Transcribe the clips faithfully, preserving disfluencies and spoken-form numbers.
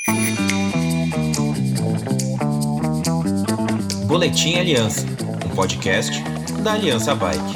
Boletim Aliança, um podcast da Aliança Bike.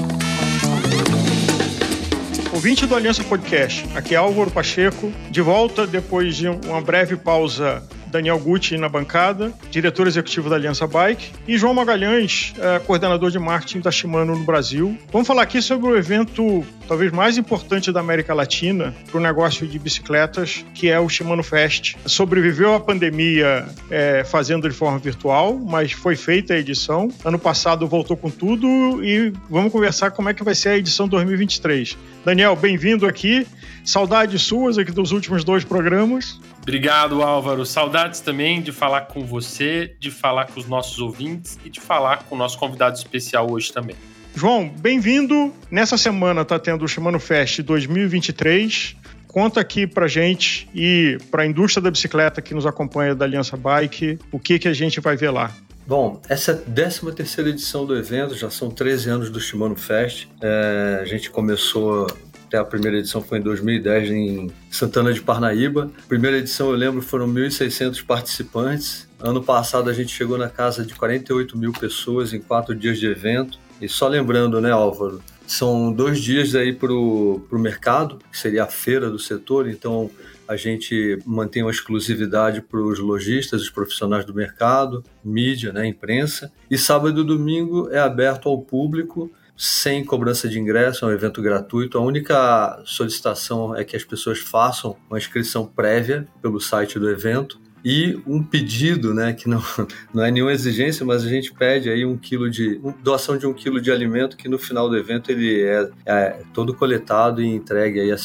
Ouvinte do Aliança Podcast, aqui é Álvaro Pacheco, de volta depois de uma breve pausa. Daniel Gucci na bancada, diretor executivo da Aliança Bike, e João Magalhães, é, coordenador de marketing da Shimano no Brasil. Vamos falar aqui sobre o evento talvez mais importante da América Latina para o negócio de bicicletas, que é o Shimano Fest. Sobreviveu à pandemia é, fazendo de forma virtual, mas foi feita a edição. Ano passado voltou com tudo e vamos conversar como é que vai ser a edição dois mil e vinte e três. Daniel, bem-vindo aqui. Saudades suas aqui dos últimos dois programas. Obrigado, Álvaro. Saudades também de falar com você, de falar com os nossos ouvintes e de falar com o nosso convidado especial hoje também. João, bem-vindo. Nessa semana está tendo o Shimano Fest dois mil e vinte e três. Conta aqui pra gente e para a indústria da bicicleta que nos acompanha da Aliança Bike, o que, que a gente vai ver lá. Bom, essa é a décima terceira edição do evento, já são treze anos do Shimano Fest. É, a gente começou... Até a primeira edição foi em dois mil e dez em Santana de Parnaíba. Primeira edição, eu lembro, foram mil e seiscentos participantes. Ano passado a gente chegou na casa de quarenta e oito mil pessoas em quatro dias de evento. E só lembrando, né, Álvaro, são dois dias aí para o mercado, que seria a feira do setor. Então a gente mantém uma exclusividade para os lojistas, os profissionais do mercado, mídia, né, imprensa. E sábado e domingo é aberto ao público, sem cobrança de ingresso, é um evento gratuito. A única solicitação é que as pessoas façam uma inscrição prévia pelo site do evento e um pedido, né, que não, não é nenhuma exigência, mas a gente pede aí um quilo de um, doação de um quilo de alimento que no final do evento ele é, é todo coletado e entregue aí a,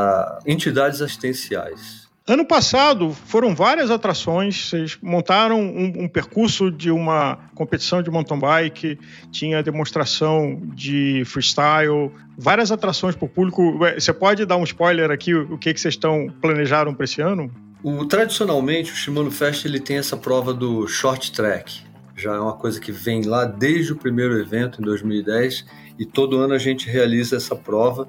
a entidades assistenciais. Ano passado foram várias atrações, vocês montaram um, um percurso de uma competição de mountain bike, tinha demonstração de freestyle, várias atrações para o público. Você pode dar um spoiler aqui, o que, que vocês estão planejaram para esse ano? O, tradicionalmente, o Shimano Fest ele tem essa prova do short track, já é uma coisa que vem lá desde o primeiro evento, em dois mil e dez, e todo ano a gente realiza essa prova.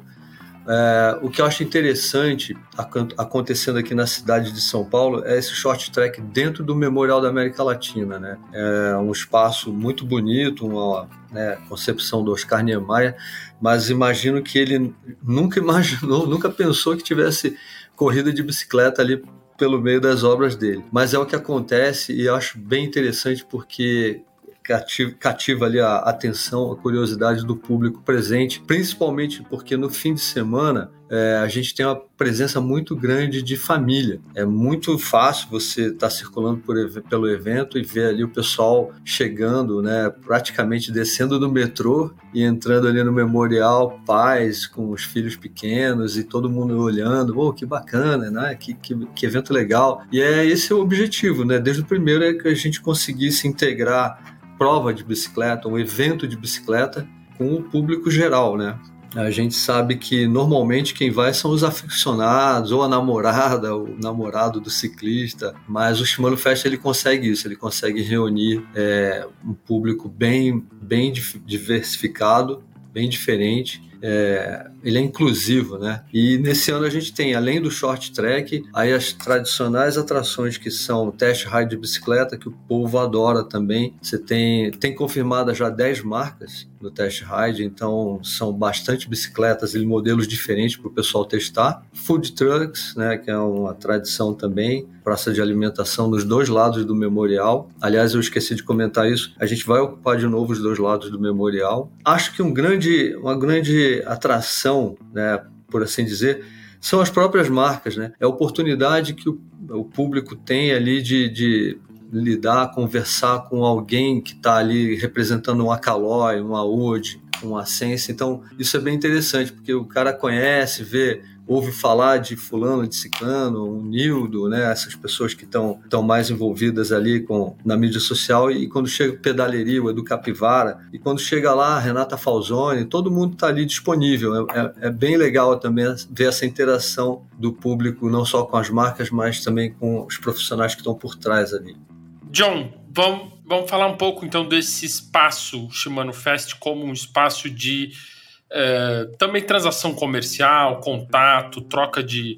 É, o que eu acho interessante acontecendo aqui na cidade de São Paulo é esse short track dentro do Memorial da América Latina, né? É um espaço muito bonito, uma, né, concepção do Oscar Niemeyer, mas imagino que ele nunca imaginou, nunca pensou que tivesse corrida de bicicleta ali pelo meio das obras dele. Mas é o que acontece e eu acho bem interessante porque Cativa, cativa ali a atenção, a curiosidade do público presente, principalmente porque no fim de semana é, a gente tem uma presença muito grande de família. É muito fácil você estar tá circulando por, pelo evento e ver ali o pessoal chegando, né, praticamente descendo do metrô e entrando ali no memorial, pais com os filhos pequenos e todo mundo olhando, oh, que bacana, né? que, que, que evento legal. E é esse o objetivo, né? Desde o primeiro é que a gente conseguisse integrar prova de bicicleta, um evento de bicicleta com o público geral, né? A gente sabe que normalmente quem vai são os aficionados, ou a namorada, o namorado do ciclista, mas o Shimano Fest ele consegue isso, ele consegue reunir é, um público bem, bem diversificado, bem diferente. É, ele é inclusivo, né? E nesse ano a gente tem, além do short track, aí as tradicionais atrações que são o test ride de bicicleta, que o povo adora também. Você tem, tem confirmada já dez marcas no test ride, então são bastante bicicletas e modelos diferentes para o pessoal testar. Food trucks, né, que é uma tradição também, praça de alimentação nos dois lados do memorial. Aliás, eu esqueci de comentar isso, a gente vai ocupar de novo os dois lados do memorial. Acho que um grande, uma grande atração, né, por assim dizer, são as próprias marcas, né? É a oportunidade que o, o público tem ali de, de lidar, conversar com alguém que está ali representando um Caloi, um Audi, um Ascense. Então, isso é bem interessante, porque o cara conhece, vê, ouve falar de fulano, de ciclano, um Nildo, né? Essas pessoas que estão estão mais envolvidas ali com, na mídia social, e quando chega o Pedaleria, o Edu Capivara, e quando chega lá a Renata Falzoni, todo mundo está ali disponível. É, é, é bem legal também ver essa interação do público, não só com as marcas, mas também com os profissionais que estão por trás ali. John, vamos, vamos falar um pouco então desse espaço Shimano Fest como um espaço de É, também transação comercial, contato, troca de,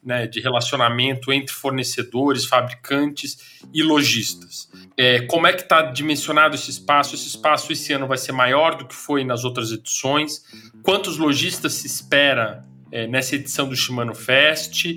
né, de relacionamento entre fornecedores, fabricantes e lojistas. É, como é que está dimensionado esse espaço? Esse espaço esse ano vai ser maior do que foi nas outras edições? Quantos lojistas se espera é, nessa edição do Shimano Fest?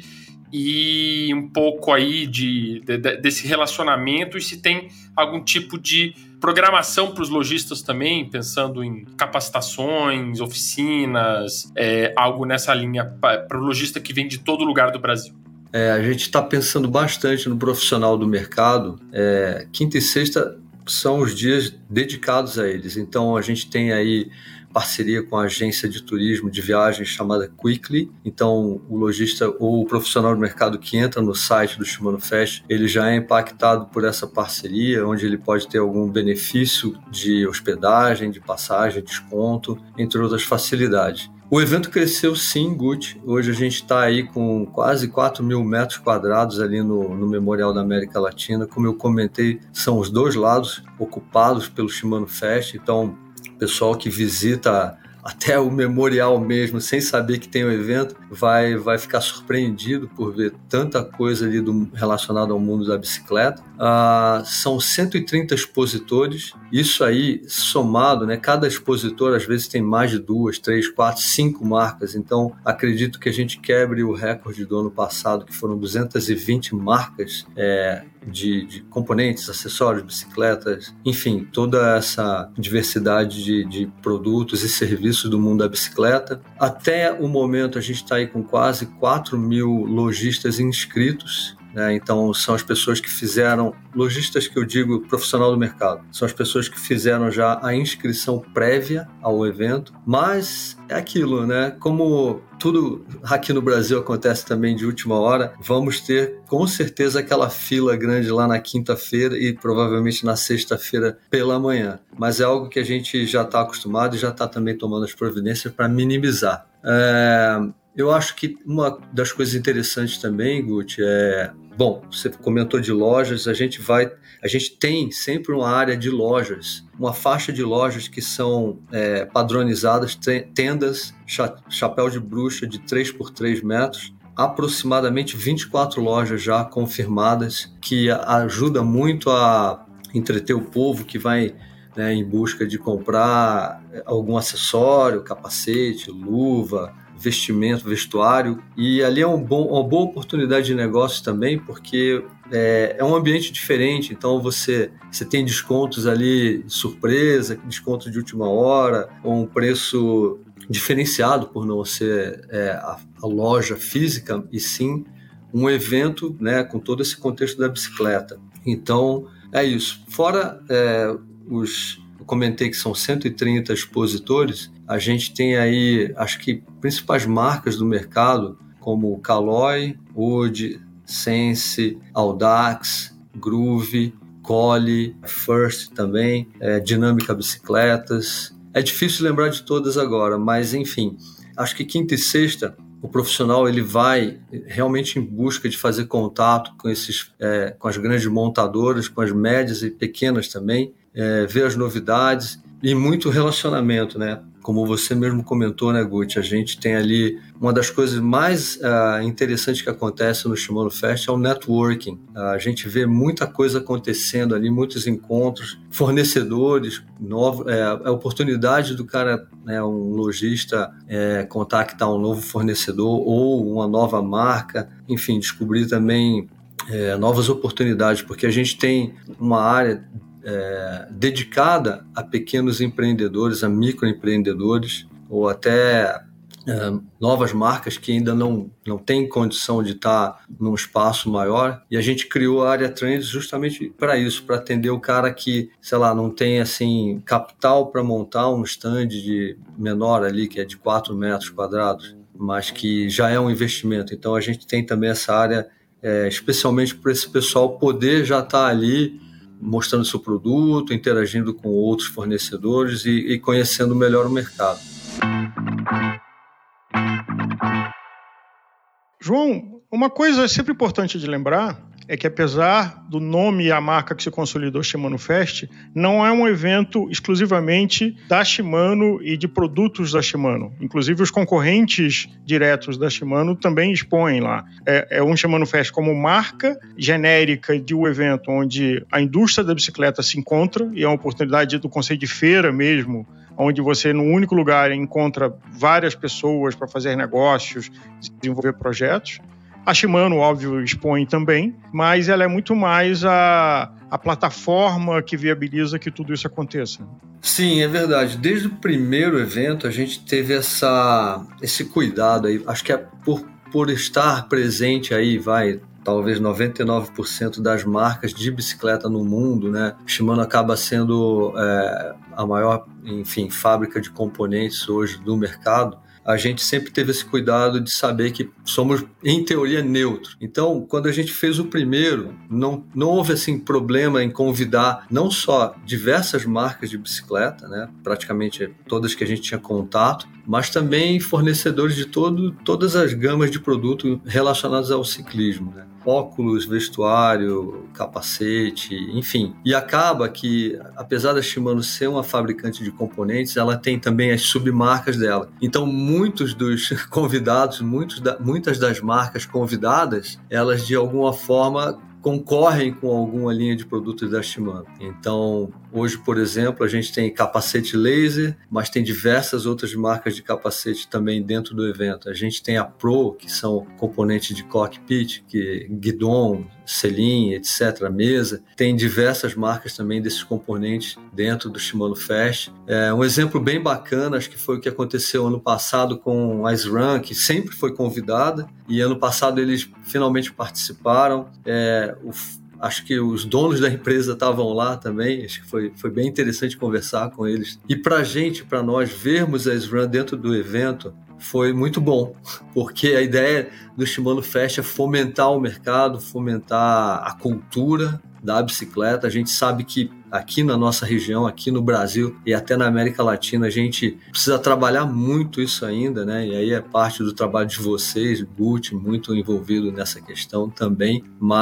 E um pouco aí de, de, desse relacionamento e se tem algum tipo de programação para os lojistas também, pensando em capacitações, oficinas, é, algo nessa linha para o lojista que vem de todo lugar do Brasil. É, a gente está pensando bastante no profissional do mercado. É, quinta e sexta são os dias dedicados a eles. Então a gente tem aí parceria com a agência de turismo de viagens chamada Quickly. Então, o lojista ou o profissional do mercado que entra no site do Shimano Fest, ele já é impactado por essa parceria, onde ele pode ter algum benefício de hospedagem, de passagem, desconto, entre outras facilidades. O evento cresceu sim, Guti. Hoje a gente está aí com quase quatro mil metros quadrados ali no, no Memorial da América Latina. Como eu comentei, são os dois lados ocupados pelo Shimano Fest. Então, o pessoal que visita até o memorial mesmo, sem saber que tem o evento, vai, vai ficar surpreendido por ver tanta coisa ali do, relacionada ao mundo da bicicleta. Ah, são cento e trinta expositores, isso aí somado, né? Cada expositor às vezes tem mais de duas, três, quatro, cinco marcas, então acredito que a gente quebre o recorde do ano passado, que foram duzentas e vinte marcas é, de, de componentes, acessórios, bicicletas, enfim, toda essa diversidade de, de produtos e serviços do mundo da bicicleta. Até o momento a gente está aí com quase quatro mil lojistas inscritos, né? Então são as pessoas que fizeram, lojistas que eu digo profissional do mercado, são as pessoas que fizeram já a inscrição prévia ao evento, mas é aquilo, né? Como tudo aqui no Brasil acontece também de última hora, vamos ter com certeza aquela fila grande lá na quinta-feira e provavelmente na sexta-feira pela manhã. Mas é algo que a gente já está acostumado e já está também tomando as providências para minimizar. É, eu acho que uma das coisas interessantes também, Guti, é... Bom, você comentou de lojas, a gente vai... A gente tem sempre uma área de lojas, uma faixa de lojas que são é, padronizadas, tendas, cha- chapéu de bruxa de três por três metros, aproximadamente vinte e quatro lojas já confirmadas, que ajuda muito a entreter o povo que vai, né, em busca de comprar algum acessório, capacete, luva, vestimento, vestuário, e ali é um bom, uma boa oportunidade de negócio também, porque é, é um ambiente diferente, então você, você tem descontos ali de surpresa, desconto de última hora, ou um preço diferenciado por não ser é, a, a loja física, e sim um evento, né, com todo esse contexto da bicicleta. Então, é isso. Fora é, os... Eu comentei que são cento e trinta expositores, a gente tem aí, acho que, principais marcas do mercado, como Caloi, Wood, Sense, Audax, Groove, Collie, First também, é, Dinâmica Bicicletas. É difícil lembrar de todas agora, mas enfim, acho que quinta e sexta o profissional ele vai realmente em busca de fazer contato com, esses, é, com as grandes montadoras, com as médias e pequenas também, é, ver as novidades e muito relacionamento, né? Como você mesmo comentou, né, Guti? A gente tem ali uma das coisas mais uh, interessantes que acontece no Shimano Fest é o networking. Uh, a gente vê muita coisa acontecendo ali, muitos encontros, fornecedores, novo, é, a oportunidade do cara, né, um lojista, é, contactar um novo fornecedor ou uma nova marca, enfim, descobrir também é, novas oportunidades, porque a gente tem uma área É, dedicada a pequenos empreendedores, a microempreendedores ou até é, novas marcas que ainda não, não têm condição de estar num espaço maior, e a gente criou a área Trends justamente para isso, para atender o cara que, sei lá, não tem assim, capital para montar um stand de menor ali, que é de quatro metros quadrados, mas que já é um investimento. Então a gente tem também essa área é, especialmente para esse pessoal poder já estar ali mostrando seu produto, interagindo com outros fornecedores e, e conhecendo melhor o mercado. João, uma coisa sempre importante de lembrar é que, apesar do nome e a marca que se consolidou, Shimano Fest, não é um evento exclusivamente da Shimano e de produtos da Shimano. Inclusive, os concorrentes diretos da Shimano também expõem lá. É, é um Shimano Fest como marca genérica de um evento onde a indústria da bicicleta se encontra, e é uma oportunidade do conceito de feira mesmo, onde você, num único lugar, encontra várias pessoas para fazer negócios, desenvolver projetos. A Shimano, óbvio, expõe também, mas ela é muito mais a, a plataforma que viabiliza que tudo isso aconteça. Sim, é verdade. Desde o primeiro evento, a gente teve essa, esse cuidado aí. Acho que é por, por estar presente aí, vai... talvez noventa e nove por cento das marcas de bicicleta no mundo, né? Shimano acaba sendo é, a maior, enfim, fábrica de componentes hoje do mercado. A gente sempre teve esse cuidado de saber que somos, em teoria, neutros. Então, quando a gente fez o primeiro, não, não houve assim, problema em convidar não só diversas marcas de bicicleta, né? Praticamente todas que a gente tinha contato, mas também fornecedores de todo, todas as gamas de produto relacionados ao ciclismo, né? Óculos, vestuário, capacete, enfim. E acaba que, apesar da Shimano ser uma fabricante de componentes, ela tem também as submarcas dela. Então, muitos dos convidados, muitos da, muitas das marcas convidadas, elas de alguma forma concorrem com alguma linha de produtos da Shimano. Então, hoje, por exemplo, a gente tem capacete laser, mas tem diversas outras marcas de capacete também dentro do evento. A gente tem a Pro, que são componentes de cockpit, que guidon, selim, etcétera, mesa. Tem diversas marcas também desses componentes dentro do Shimano Fest. É um exemplo bem bacana, acho que foi o que aconteceu ano passado com a SRAM, que sempre foi convidada, e ano passado eles finalmente participaram. É, o, acho que os donos da empresa estavam lá também, acho que foi, foi bem interessante conversar com eles. E para a gente, para nós, vermos a SRAM dentro do evento, foi muito bom, porque a ideia do Shimano Fest é fomentar o mercado, fomentar a cultura da bicicleta. A gente sabe que aqui na nossa região, aqui no Brasil e até na América Latina, a gente precisa trabalhar muito isso ainda, né? E aí é parte do trabalho de vocês, Gucci, muito envolvido nessa questão também,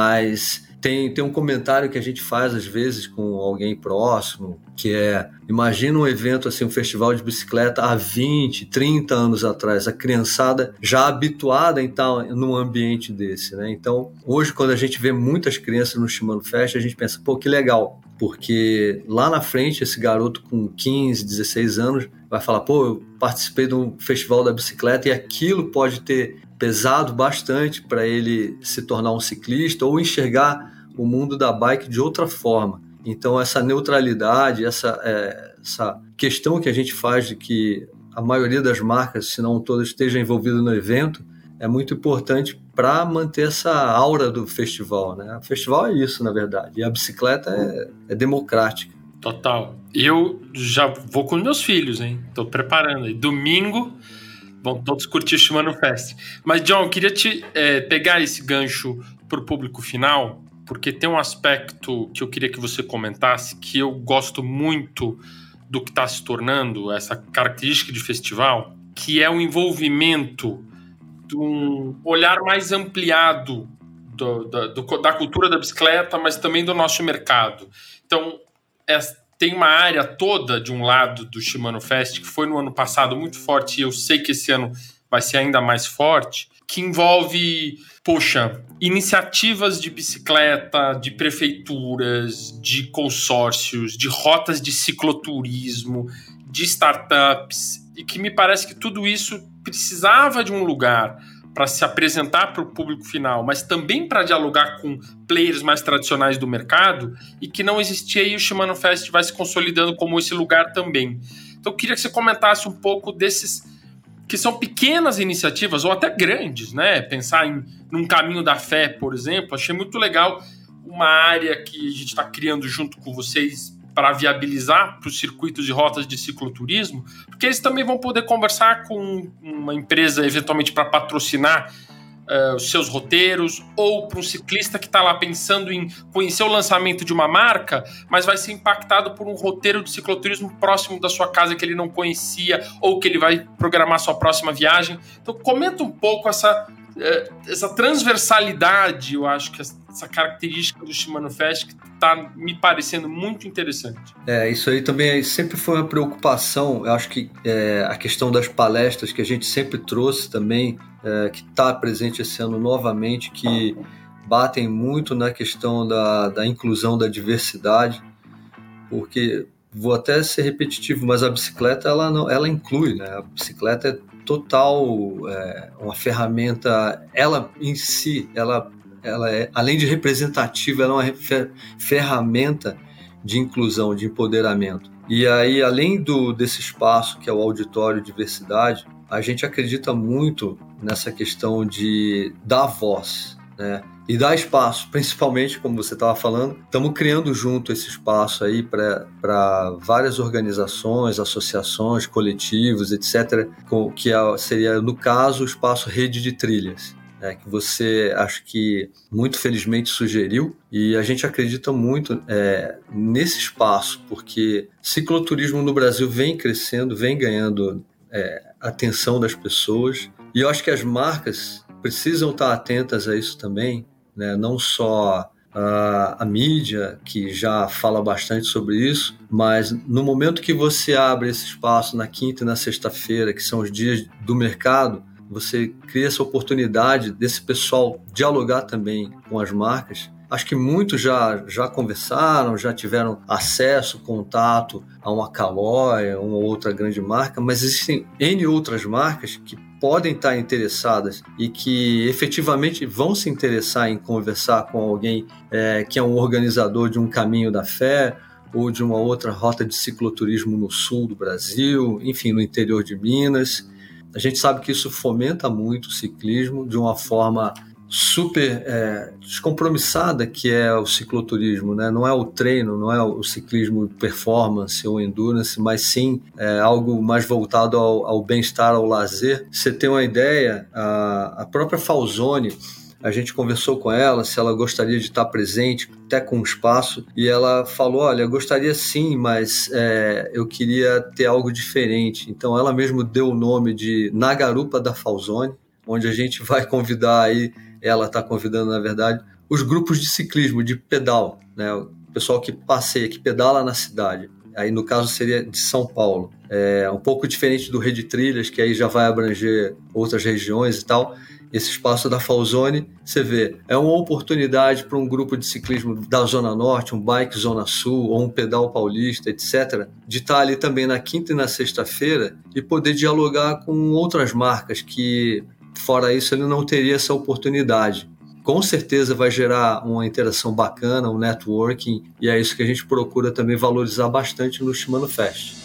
mas tem, tem um comentário que a gente faz às vezes com alguém próximo, que é, imagina um evento assim, um festival de bicicleta há vinte, trinta anos atrás, a criançada já habituada em estar num ambiente desse, né? Então, hoje quando a gente vê muitas crianças no Shimano Fest, a gente pensa, pô, que legal, porque lá na frente esse garoto com quinze, dezesseis anos vai falar, pô, eu participei de um festival da bicicleta e aquilo pode ter pesado bastante para ele se tornar um ciclista ou enxergar o mundo da bike de outra forma. Então, essa neutralidade, essa, é, essa questão que a gente faz de que a maioria das marcas, se não todas, esteja envolvida no evento, é muito importante para manter essa aura do festival, né? O festival é isso, na verdade, e a bicicleta é, é democrática. Total. Eu já vou com meus filhos, hein? Tô preparando aí. Domingo vão todos curtir o Shimano Fest. Mas, John, eu queria te é, pegar esse gancho para o público final, porque tem um aspecto que eu queria que você comentasse, que eu gosto muito do que está se tornando essa característica de festival, que é o envolvimento de um olhar mais ampliado do, da, do, da cultura da bicicleta, mas também do nosso mercado. Então, é, tem uma área toda de um lado do Shimano Fest, que foi no ano passado muito forte, e eu sei que esse ano vai ser ainda mais forte, que envolve, poxa, iniciativas de bicicleta, de prefeituras, de consórcios, de rotas de cicloturismo, de startups, e que me parece que tudo isso precisava de um lugar para se apresentar para o público final, mas também para dialogar com players mais tradicionais do mercado, e que não existia, e o Shimano Fest vai se consolidando como esse lugar também. Então eu queria que você comentasse um pouco desses, que são pequenas iniciativas, ou até grandes, né? Pensar em num caminho da fé, por exemplo, achei muito legal uma área que a gente está criando junto com vocês para viabilizar para os circuitos de rotas de cicloturismo, porque eles também vão poder conversar com uma empresa, eventualmente, para patrocinar uh, os seus roteiros, ou para um ciclista que está lá pensando em conhecer o lançamento de uma marca, mas vai ser impactado por um roteiro de cicloturismo próximo da sua casa que ele não conhecia, ou que ele vai programar sua próxima viagem. Então, comenta um pouco essa essa transversalidade, eu acho que essa característica do Shimano Fest que está me parecendo muito interessante. É, isso aí também sempre foi uma preocupação. Eu acho que é, a questão das palestras que a gente sempre trouxe também, é, que está presente esse ano novamente, que batem muito na questão da, da inclusão, da diversidade, porque, vou até ser repetitivo, mas a bicicleta ela, não, ela inclui, né? A bicicleta é total, é, uma ferramenta, ela em si, ela, ela é, além de representativa, ela é uma fer, ferramenta de inclusão, de empoderamento. E aí, além do, desse espaço que é o auditório diversidade, a gente acredita muito nessa questão de dar voz, né? E dar espaço, principalmente, como você estava falando, estamos criando junto esse espaço aí para várias organizações, associações, coletivos, etcétera, com, que é, seria, no caso, o espaço Rede de Trilhas, né, que você, acho que, muito felizmente sugeriu, e a gente acredita muito é, nesse espaço, porque cicloturismo no Brasil vem crescendo, vem ganhando é, atenção das pessoas, e eu acho que as marcas precisam estar atentas a isso também, né? Não só a, a mídia, que já fala bastante sobre isso, mas no momento que você abre esse espaço na quinta e na sexta-feira, que são os dias do mercado, você cria essa oportunidade desse pessoal dialogar também com as marcas. Acho que muitos já, já conversaram, já tiveram acesso, contato a uma Caloi, uma outra grande marca, mas existem N outras marcas que podem estar interessadas e que efetivamente vão se interessar em conversar com alguém é, que é um organizador de um Caminho da Fé ou de uma outra rota de cicloturismo no sul do Brasil, enfim, no interior de Minas. A gente sabe que isso fomenta muito o ciclismo de uma forma super é, descompromissada, que é o cicloturismo, né? Não é o treino, não é o ciclismo performance ou endurance, mas sim é, algo mais voltado ao, ao bem-estar, ao lazer. Você tem uma ideia, a, a própria Falzone, a gente conversou com ela se ela gostaria de estar presente, até com um espaço, e ela falou, olha, eu gostaria sim, mas é, eu queria ter algo diferente. Então ela mesmo deu o nome de Na Garupa da Falzone, onde a gente vai convidar aí, ela está convidando, na verdade, os grupos de ciclismo, de pedal, né? O pessoal que passeia, que pedala na cidade. Aí, no caso, seria de São Paulo. É um pouco diferente do Rede Trilhas, que aí já vai abranger outras regiões e tal. Esse espaço da Falzone, você vê, é uma oportunidade para um grupo de ciclismo da Zona Norte, um bike Zona Sul, ou um pedal paulista, etcétera, de estar ali também na quinta e na sexta-feira e poder dialogar com outras marcas que, fora isso, ele não teria essa oportunidade. Com certeza vai gerar uma interação bacana, um networking, e é isso que a gente procura também valorizar bastante no Shimano Fest.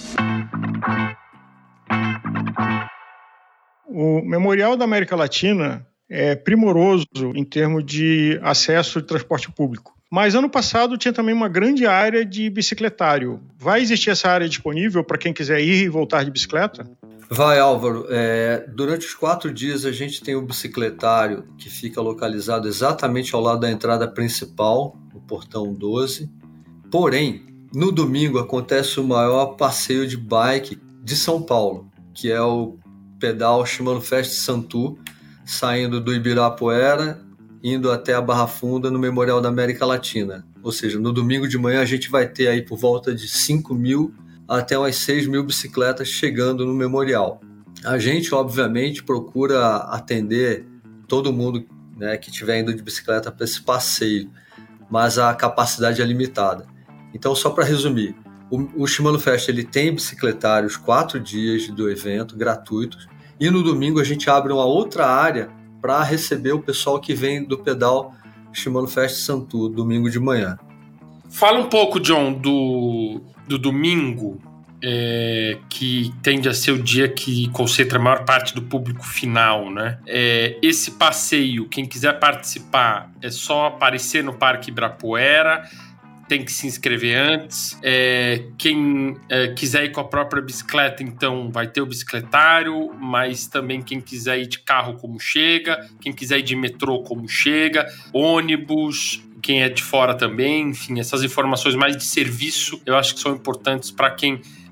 O Memorial da América Latina é primoroso em termos de acesso de transporte público. Mas ano passado tinha também uma grande área de bicicletário. Vai existir essa área disponível para quem quiser ir e voltar de bicicleta? Vai, Álvaro. É, durante os quatro dias a gente tem o bicicletário que fica localizado exatamente ao lado da entrada principal, no Portão doze. Porém, no domingo acontece o maior passeio de bike de São Paulo, que é o pedal Shimano Fest Santu, saindo do Ibirapuera, indo até a Barra Funda no Memorial da América Latina. Ou seja, no domingo de manhã a gente vai ter aí por volta de cinco mil até umas seis mil bicicletas chegando no memorial. A gente, obviamente, procura atender todo mundo, né, que estiver indo de bicicleta para esse passeio, mas a capacidade é limitada. Então, só para resumir, o, o Shimano Fest ele tem bicicletários quatro dias do evento, gratuitos, e no domingo a gente abre uma outra área para receber o pessoal que vem do pedal Shimano Fest Santu, domingo de manhã. Fala um pouco, John, do, do domingo, é, que tende a ser o dia que concentra a maior parte do público final, né? É, esse passeio, quem quiser participar, é só aparecer no Parque Ibirapuera, tem que se inscrever antes. É, quem é, quiser ir com a própria bicicleta, então vai ter o bicicletário, mas também quem quiser ir de carro, como chega, quem quiser ir de metrô, como chega, ônibus, quem é de fora também, enfim, essas informações mais de serviço eu acho que são importantes para quem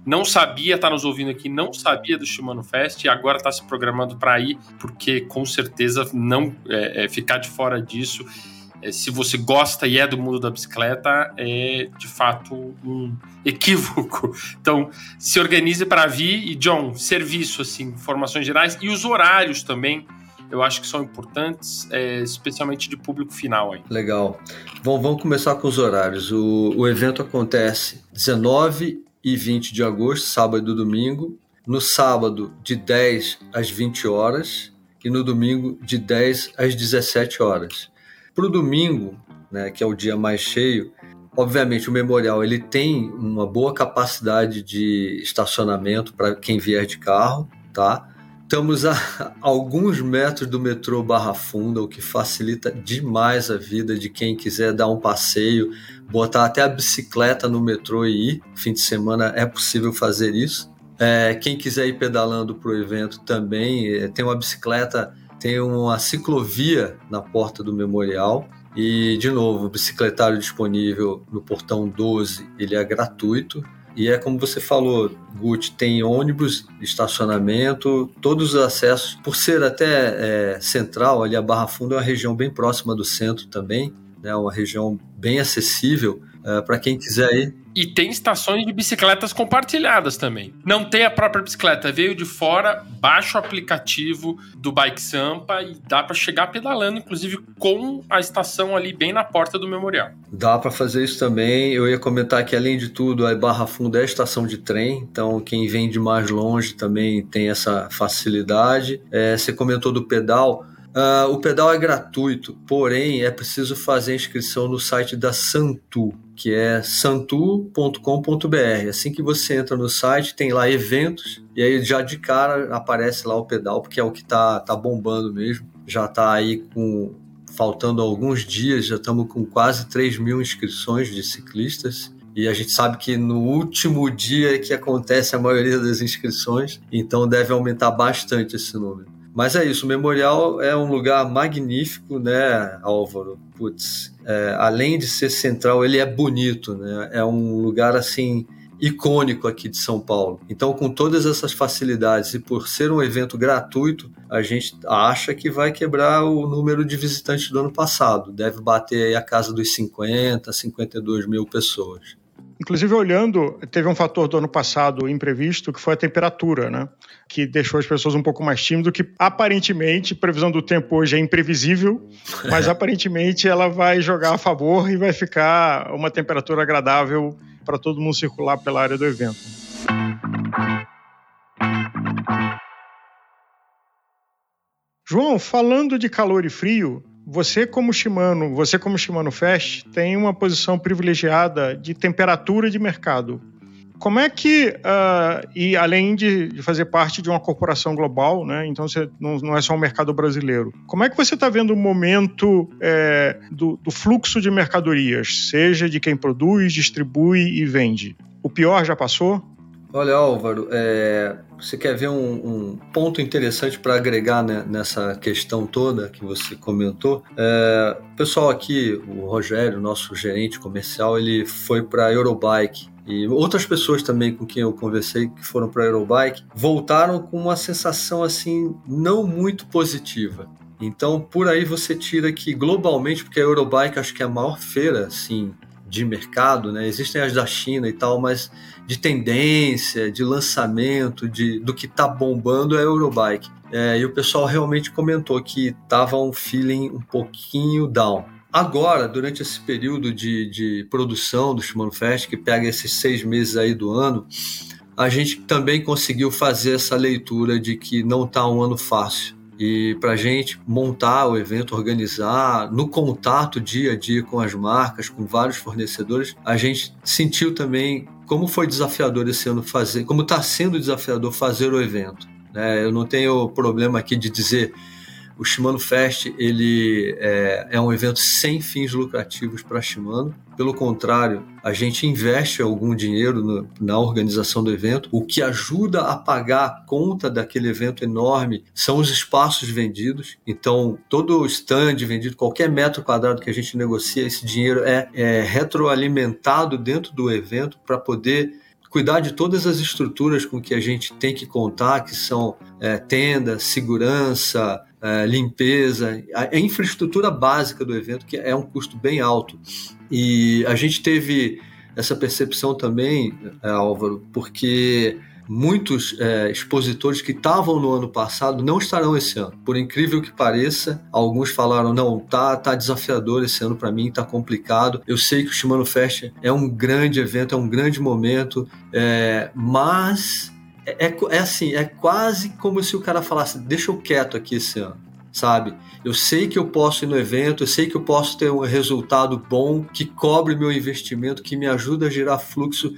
não sabia, está nos ouvindo aqui, não sabia do Shimano Fest e agora está se programando para ir, porque com certeza não é, é, ficar de fora disso. É, se você gosta e é do mundo da bicicleta, é de fato um equívoco. Então, se organize para vir. E, John, serviço, assim, informações gerais e os horários também, eu acho que são importantes, é, especialmente de público final. Aí. Legal. Bom, vamos começar com os horários. O, o evento acontece dezenove e vinte de agosto, sábado e domingo. No sábado, de dez às vinte horas. E no domingo, de dez às dezessete horas. Para o domingo, né, que é o dia mais cheio, obviamente o memorial ele tem uma boa capacidade de estacionamento para quem vier de carro, tá? Estamos a alguns metros do metrô Barra Funda, o que facilita demais a vida de quem quiser dar um passeio, botar até a bicicleta no metrô e ir. Fim de semana é possível fazer isso. É, quem quiser ir pedalando para o evento também, é, tem uma bicicleta, tem uma ciclovia na porta do memorial. E, de novo, o bicicletário disponível no portão doze, ele é gratuito. E é como você falou, Guti, tem ônibus, estacionamento, todos os acessos. Por ser até é, central, ali a Barra Funda é uma região bem próxima do centro também, né, uma região bem acessível é, para quem quiser ir. E tem estações de bicicletas compartilhadas também. Não tem a própria bicicleta, veio de fora, baixa o aplicativo do Bike Sampa e dá para chegar pedalando, inclusive com a estação ali bem na porta do memorial. Dá para fazer isso também. Eu ia comentar que, além de tudo, a Barra Funda é estação de trem, então quem vem de mais longe também tem essa facilidade. É, você comentou do pedal. Uh, o pedal é gratuito, porém é preciso fazer a inscrição no site da Santu, que é santu ponto com ponto b r. Assim que você entra no site, tem lá eventos, e aí já de cara aparece lá o pedal, porque é o que está tá bombando mesmo. Já está aí com, faltando alguns dias, já estamos com quase três mil inscrições de ciclistas. E a gente sabe que no último dia é que acontece a maioria das inscrições, então deve aumentar bastante esse número. Mas é isso, o memorial é um lugar magnífico, né, Álvaro? Putz, é, além de ser central, ele é bonito, né? É um lugar, assim, icônico aqui de São Paulo. Então, com todas essas facilidades e por ser um evento gratuito, a gente acha que vai quebrar o número de visitantes do ano passado. Deve bater aí a casa dos cinquenta, cinquenta e duas mil pessoas. Inclusive, olhando, teve um fator do ano passado imprevisto, que foi a temperatura, né? Que deixou as pessoas um pouco mais tímidas, que aparentemente, previsão do tempo hoje é imprevisível, mas aparentemente ela vai jogar a favor e vai ficar uma temperatura agradável para todo mundo circular pela área do evento. João, falando de calor e frio, Você como Shimano, você como Shimano Fest, tem uma posição privilegiada de temperatura de mercado. Como é que, uh, e além de, de fazer parte de uma corporação global, né, então você não, não é só um mercado brasileiro, como é que você está vendo o momento é, do, do fluxo de mercadorias, seja de quem produz, distribui e vende? O pior já passou? Olha, Álvaro, é, você quer ver um, um ponto interessante para agregar, né, nessa questão toda que você comentou? É, o pessoal aqui, o Rogério, nosso gerente comercial, ele foi para a Eurobike. E outras pessoas também com quem eu conversei que foram para a Eurobike voltaram com uma sensação assim não muito positiva. Então, por aí você tira que globalmente, porque a Eurobike acho que é a maior feira assim, de mercado, né? Existem as da China e tal, mas de tendência, de lançamento, de, do que está bombando é a Eurobike. É, e o pessoal realmente comentou que estava um feeling um pouquinho down. Agora, durante esse período de, de produção do Shimano Fest, que pega esses seis meses aí do ano, a gente também conseguiu fazer essa leitura de que não está um ano fácil. E para a gente montar o evento, organizar, no contato dia a dia com as marcas, com vários fornecedores, a gente sentiu também como foi desafiador esse ano fazer, como está sendo desafiador fazer o evento. Né? Eu não tenho problema aqui de dizer o Shimano Fest ele é, é um evento sem fins lucrativos para a Shimano. Pelo contrário, a gente investe algum dinheiro no, na organização do evento. O que ajuda a pagar a conta daquele evento enorme são os espaços vendidos. Então, todo o stand vendido, qualquer metro quadrado que a gente negocia, esse dinheiro é, é retroalimentado dentro do evento para poder cuidar de todas as estruturas com que a gente tem que contar, que são é, tenda, segurança, é, limpeza, a, a infraestrutura básica do evento, que é um custo bem alto. E a gente teve essa percepção também, é, Álvaro, porque muitos é, expositores que estavam no ano passado não estarão esse ano. Por incrível que pareça, alguns falaram, não, tá, tá desafiador esse ano para mim, tá complicado. Eu sei que o Shimano Fest é um grande evento, é um grande momento, é, mas é, é, é assim, é quase como se o cara falasse, deixa eu quieto aqui esse ano, sabe? Eu sei que eu posso ir no evento, eu sei que eu posso ter um resultado bom, que cobre meu investimento, que me ajuda a gerar fluxo,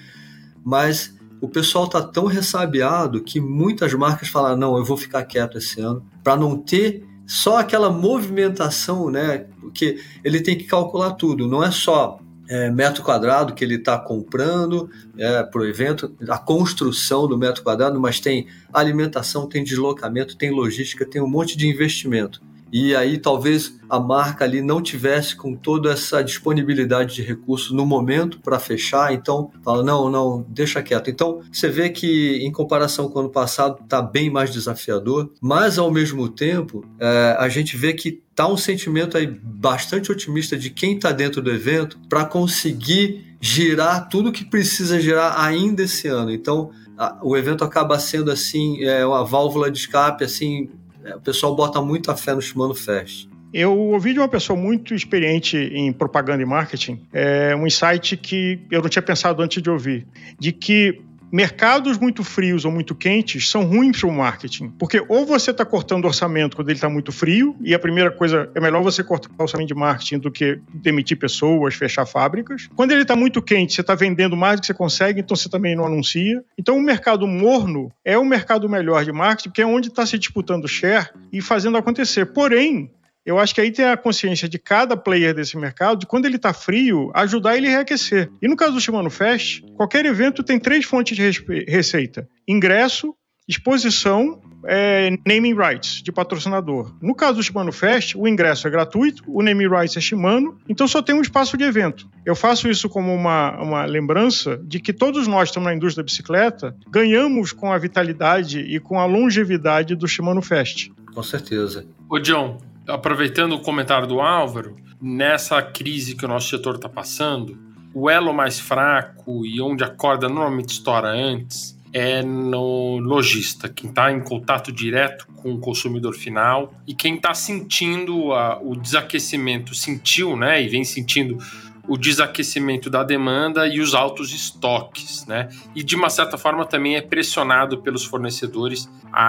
mas o pessoal está tão ressabiado que muitas marcas falaram, não, eu vou ficar quieto esse ano, para não ter só aquela movimentação, né? Porque ele tem que calcular tudo, não é só é, metro quadrado que ele está comprando é, para o evento, a construção do metro quadrado, mas tem alimentação, tem deslocamento, tem logística, tem um monte de investimento. E aí talvez a marca ali não tivesse com toda essa disponibilidade de recursos no momento para fechar, então fala, não, não, deixa quieto. Então você vê que em comparação com o ano passado está bem mais desafiador, mas ao mesmo tempo é, a gente vê que está um sentimento aí bastante otimista de quem está dentro do evento para conseguir girar tudo que precisa girar ainda esse ano. Então a, o evento acaba sendo assim, é, uma válvula de escape, assim, o pessoal bota muita fé no Shimano Fest. Eu ouvi de uma pessoa muito experiente em propaganda e marketing é, um insight que eu não tinha pensado antes de ouvir, de que mercados muito frios ou muito quentes são ruins para o marketing, porque ou você está cortando orçamento quando ele está muito frio, e a primeira coisa, é melhor você cortar o orçamento de marketing do que demitir pessoas, fechar fábricas. Quando ele está muito quente, você está vendendo mais do que você consegue, então você também não anuncia. Então o mercado morno é o mercado melhor de marketing, porque é onde está se disputando share e fazendo acontecer. Porém, eu acho que aí tem a consciência de cada player desse mercado, de quando ele está frio, ajudar ele a reaquecer. E no caso do Shimano Fest, qualquer evento tem três fontes de receita. Ingresso, exposição, é, naming rights de patrocinador. No caso do Shimano Fest, o ingresso é gratuito, o naming rights é Shimano, então só tem um espaço de evento. Eu faço isso como uma, uma lembrança de que todos nós que estamos na indústria da bicicleta ganhamos com a vitalidade e com a longevidade do Shimano Fest. Com certeza. Ô John, aproveitando o comentário do Álvaro, nessa crise que o nosso setor está passando, o elo mais fraco e onde a corda normalmente estoura antes é no lojista, quem está em contato direto com o consumidor final e quem está sentindo a, o desaquecimento, sentiu, né, e vem sentindo o desaquecimento da demanda e os altos estoques, né? E de uma certa forma também é pressionado pelos fornecedores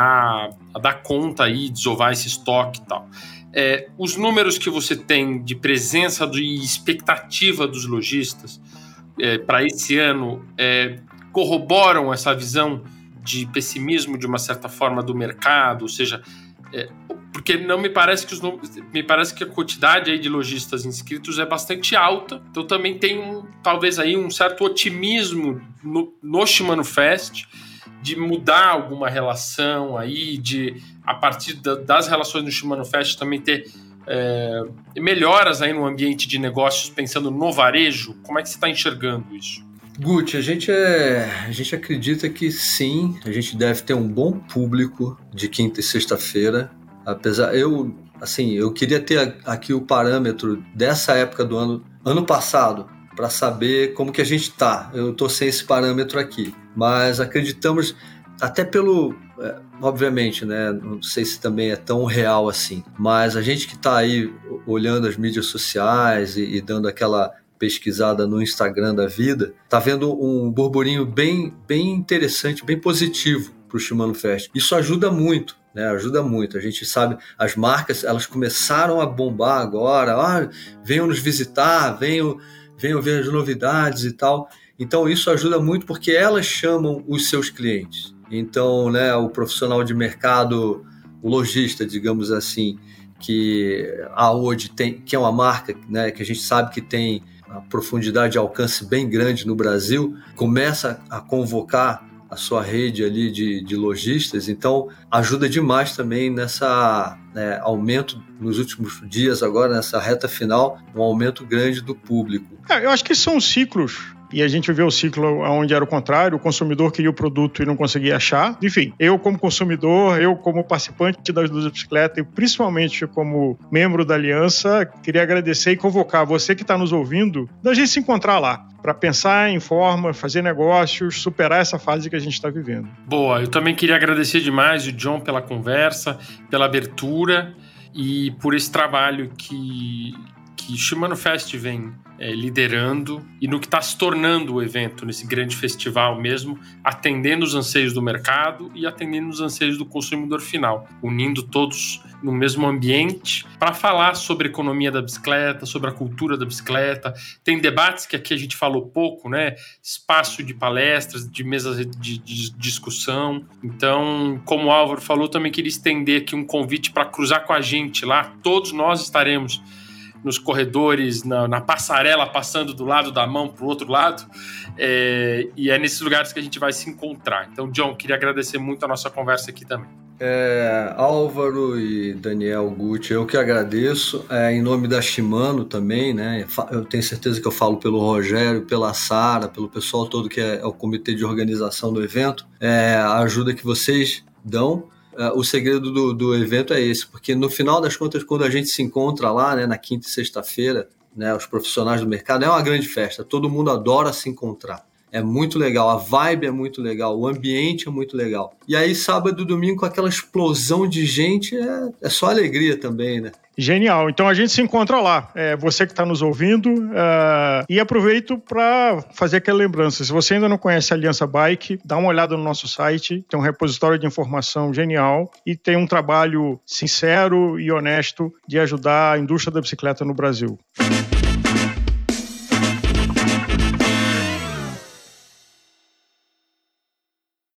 a, a dar conta aí, desovar esse estoque e tal. É, os números que você tem de presença e expectativa dos lojistas é, para esse ano é, corroboram essa visão de pessimismo de uma certa forma do mercado, ou seja, é, porque não me parece que os me parece que a quantidade aí de lojistas inscritos é bastante alta, então também tem um, talvez aí um certo otimismo no, no Shimano Fest de mudar alguma relação aí, de a partir da, das relações no Shimano Fest também ter é, melhoras aí no ambiente de negócios, pensando no varejo. Como é que você está enxergando isso? Guti, a gente, é, a gente acredita que sim, a gente deve ter um bom público de quinta e sexta-feira. Apesar, eu, assim, eu queria ter aqui o parâmetro dessa época do ano, ano passado, para saber como que a gente está. Eu estou sem esse parâmetro aqui, mas acreditamos, até pelo, é, obviamente, né, não sei se também é tão real assim, mas a gente que está aí olhando as mídias sociais e, e dando aquela pesquisada no Instagram da vida, está vendo um burburinho bem, bem interessante, bem positivo para o Shimano Fest. Isso ajuda muito, né? Ajuda muito. A gente sabe, as marcas, elas começaram a bombar agora, ah, venham nos visitar, venham, venham ver as novidades e tal. Então isso ajuda muito porque elas chamam os seus clientes. Então, né, o profissional de mercado, o lojista, digamos assim, que a hoje tem, que é uma marca, né, que a gente sabe que tem a profundidade de alcance bem grande no Brasil, começa a convocar a sua rede ali de, de lojistas, então ajuda demais também nessa né, aumento nos últimos dias agora, nessa reta final, um aumento grande do público. É, eu acho que são ciclos e a gente viveu o ciclo onde era o contrário, o consumidor queria o produto e não conseguia achar. Enfim, eu como consumidor, eu como participante das duas bicicletas e principalmente como membro da Aliança, queria agradecer e convocar você que está nos ouvindo, da gente se encontrar lá, para pensar em forma, fazer negócios, superar essa fase que a gente está vivendo. Boa, eu também queria agradecer demais o John pela conversa, pela abertura e por esse trabalho que, que o Shimano Fest vem é, liderando e no que está se tornando o evento, nesse grande festival mesmo, atendendo os anseios do mercado e atendendo os anseios do consumidor final, unindo todos no mesmo ambiente para falar sobre a economia da bicicleta, sobre a cultura da bicicleta. Tem debates que aqui a gente falou pouco, né? Espaço de palestras, de mesas de, de discussão. Então, como o Álvaro falou, também queria estender aqui um convite para cruzar com a gente lá. Todos nós estaremos nos corredores, na, na passarela, passando do lado da mão para o outro lado, é, e é nesses lugares que a gente vai se encontrar. Então, John, queria agradecer muito a nossa conversa aqui também. É, Álvaro e Daniel Gucci, eu que agradeço, é, em nome da Shimano também, né? Eu tenho certeza que eu falo pelo Rogério, pela Sara, pelo pessoal todo que é, é o comitê de organização do evento, é, a ajuda que vocês dão. Uh, o segredo do, do evento é esse, porque no final das contas, quando a gente se encontra lá, né, na quinta e sexta-feira, né, os profissionais do mercado, é uma grande festa, todo mundo adora se encontrar. É muito legal, a vibe é muito legal, o ambiente é muito legal. E aí, sábado e domingo, com aquela explosão de gente, é, é só alegria também, né? Genial. Então a gente se encontra lá. É, você que está nos ouvindo. Uh, e aproveito para fazer aquela lembrança. Se você ainda não conhece a Aliança Bike, dá uma olhada no nosso site. Tem um repositório de informação genial e tem um trabalho sincero e honesto de ajudar a indústria da bicicleta no Brasil.